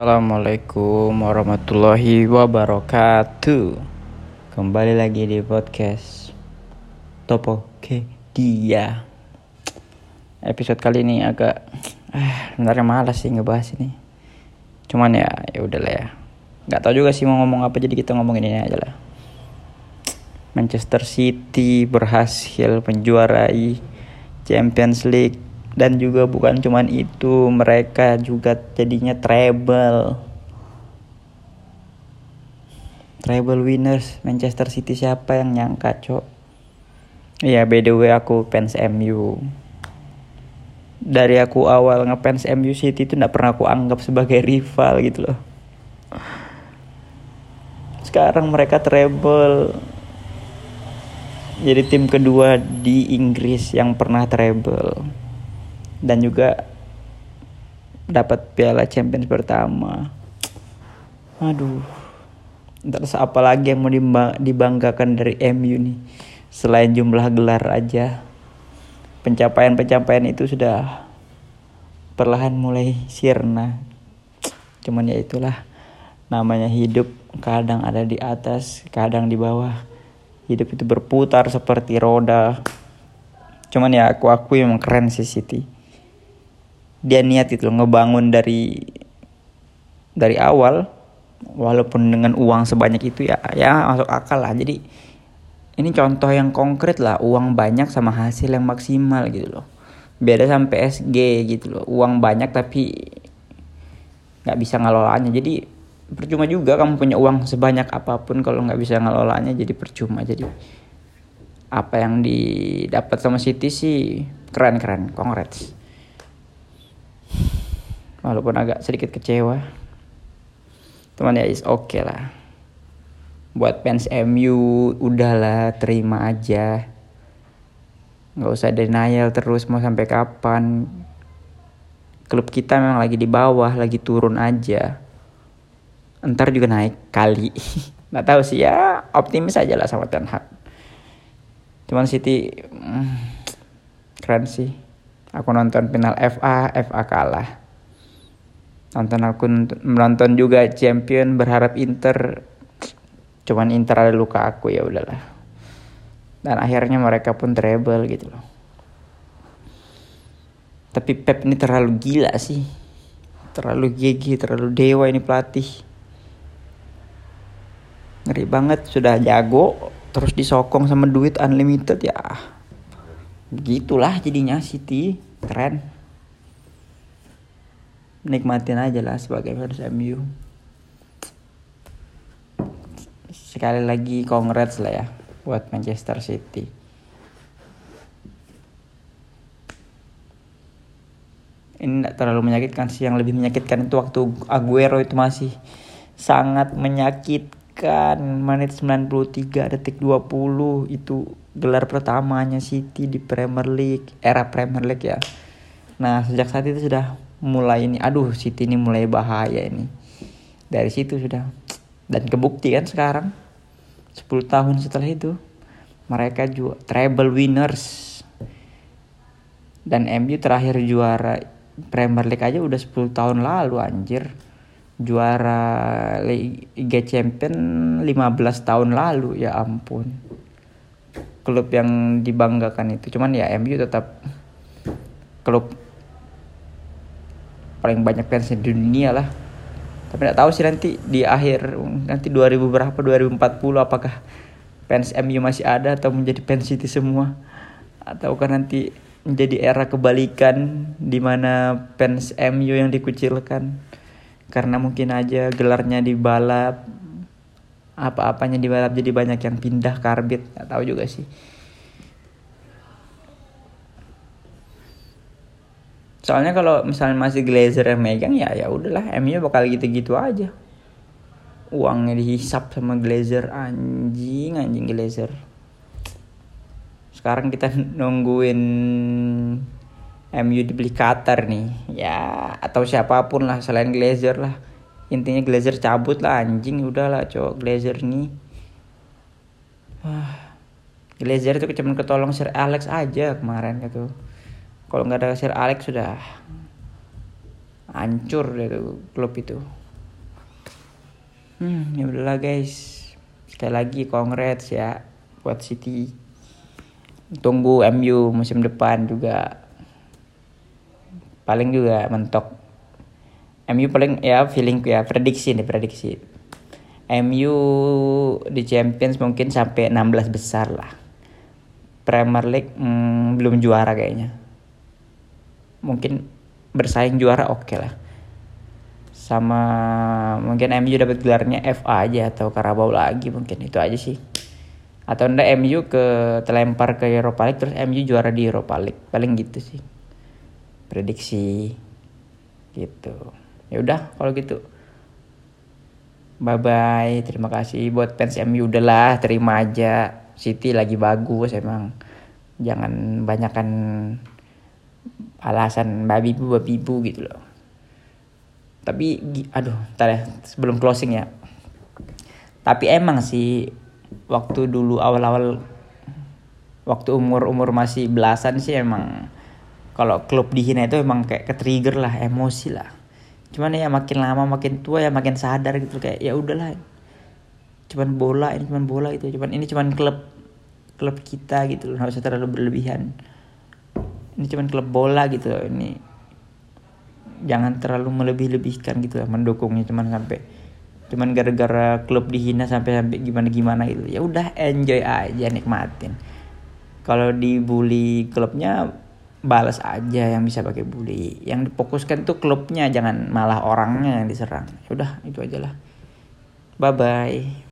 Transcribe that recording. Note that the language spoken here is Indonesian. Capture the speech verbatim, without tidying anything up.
Assalamualaikum warahmatullahi wabarakatuh. Kembali lagi di podcast Topopedia. Episode kali ini agak ah, sebenarnya malas sih ngebahas ini. Cuman ya ya udahlah ya. Enggak tahu juga sih mau ngomong apa, jadi kita ngomongin ini aja lah. Manchester City berhasil menjuarai Champions League. Dan juga bukan cuman itu, mereka juga jadinya treble. Treble winners Manchester City, siapa yang nyangka, cok? Iya, by the way aku fans M U. Dari aku awal ngefans M U, City itu gak pernah aku anggap sebagai rival gitu loh. Sekarang mereka treble. Jadi tim kedua di Inggris yang pernah treble. Dan juga dapat piala Champions pertama. Aduh, terus apa lagi yang mau dibanggakan dari M U nih selain jumlah gelar aja? Pencapaian-pencapaian itu sudah perlahan mulai sirna. Cuman ya itulah, namanya hidup, kadang ada di atas, kadang di bawah. Hidup itu berputar seperti roda. Cuman ya aku akui memang keren sih City. Dia niat itu loh, ngebangun dari dari awal, walaupun dengan uang sebanyak itu ya ya masuk akal lah. Jadi ini contoh yang konkret lah, uang banyak sama hasil yang maksimal gitu loh. Beda sama P S G gitu loh, uang banyak tapi nggak bisa ngelolanya. Jadi percuma juga kamu punya uang sebanyak apapun kalau nggak bisa ngelolanya, jadi percuma. Jadi apa yang didapat sama City sih keren-keren, congrats. Walaupun agak sedikit kecewa, cuman ya is oke okay lah. Buat fans M U udahlah, terima aja. Gak usah denial terus, mau sampai kapan. Klub kita memang lagi di bawah, lagi turun aja. Ntar juga naik kali. Gak tahu sih ya, optimis aja lah sama Ten Hag. Cuman City hmm, keren sih. Aku nonton final F A, F A kalah. Nonton aku menonton juga Champion, berharap Inter, cuman Inter ada luka aku, ya udahlah. Dan akhirnya mereka pun treble gitu loh. Tapi Pep ini terlalu gila sih, terlalu gigi, terlalu dewa ini pelatih. Ngeri banget, sudah jago terus disokong sama duit unlimited ya. Begitulah jadinya City, keren. Nikmatin aja lah sebagai fans M U. Sekali lagi congrats lah ya buat Manchester City. Ini gak terlalu menyakitkan sih, yang lebih menyakitkan itu waktu Aguero itu masih sangat menyakitkan. Menit sembilan puluh tiga detik dua puluh itu gelar pertamanya City di Premier League, era Premier League ya. Nah, sejak saat itu sudah mulai ini, aduh City ini mulai bahaya ini. Dari situ sudah, dan kebukti kan sekarang sepuluh tahun setelah itu mereka juga treble winners. Dan M U terakhir juara Premier League aja udah sepuluh tahun lalu anjir. Juara Liga Champion lima belas tahun lalu, ya ampun. Klub yang dibanggakan itu. Cuman ya M U tetap klub paling banyak fans di dunia lah. Tapi gak tahu sih nanti di akhir, nanti dua ribu berapa, dua ribu empat puluh apakah fans M U masih ada atau menjadi fans City semua, ataukah nanti menjadi era kebalikan di mana fans M U yang dikucilkan karena mungkin aja gelarnya dibalap, apa-apanya dibalap, jadi banyak yang pindah karbit. Gak tahu juga sih. Soalnya kalau misalnya masih Glazer yang megang ya ya udahlah, M U bakal gitu-gitu aja. Uangnya dihisap sama Glazer, anjing anjing Glazer. Sekarang kita nungguin M U dibeli Qatar nih. Ya atau siapapun lah selain Glazer lah. Intinya Glazer cabut lah anjing, udahlah cowok Glazer nih. Wah. Glazer itu cuma ketolong Sir Alex aja kemarin gitu. Kalau nggak ada Sir Alex sudah hancur deh tuh klub itu. Hmm, ya udahlah guys. Sekali lagi congrats ya buat City. Tunggu M U musim depan juga. Paling juga mentok. M U paling ya feelingku ya, prediksi nih prediksi. M U di Champions mungkin sampai enam belas besar lah. Premier League hmm, belum juara kayaknya. Mungkin bersaing juara oke okay lah. Sama mungkin M U dapat gelarnya F A aja atau Carabao lagi, mungkin itu aja sih. Atau enggak M U ke terlempar ke Europa League terus M U juara di Europa League. Paling gitu sih. Prediksi gitu. Ya udah kalau gitu. Bye bye. Terima kasih buat fans M U, udahlah terima aja. City lagi bagus emang. Jangan banyakkan alasan babi bu babi bu gitu loh. Tapi aduh, ntar ya sebelum closing ya. Tapi emang sih waktu dulu awal-awal waktu umur-umur masih belasan sih emang kalau klub dihina itu emang kayak ke-trigger lah, emosi lah. Cuman ya makin lama makin tua ya makin sadar gitu kayak ya udahlah. Cuman bola, ini cuman bola itu. Cuman ini cuman klub klub kita gitu loh, enggak usah terlalu berlebihan. Ini cuman klub bola gitu loh, ini jangan terlalu melebih-lebihkan gitu lah mendukungnya cuman sampai cuman gara-gara klub dihina sampai sampai gimana-gimana gitu. Ya udah enjoy aja, nikmatin. Kalau dibully klubnya balas aja yang bisa pakai bully. Yang difokuskan tuh klubnya, jangan malah orangnya yang diserang. Ya udah itu aja lah. Bye bye.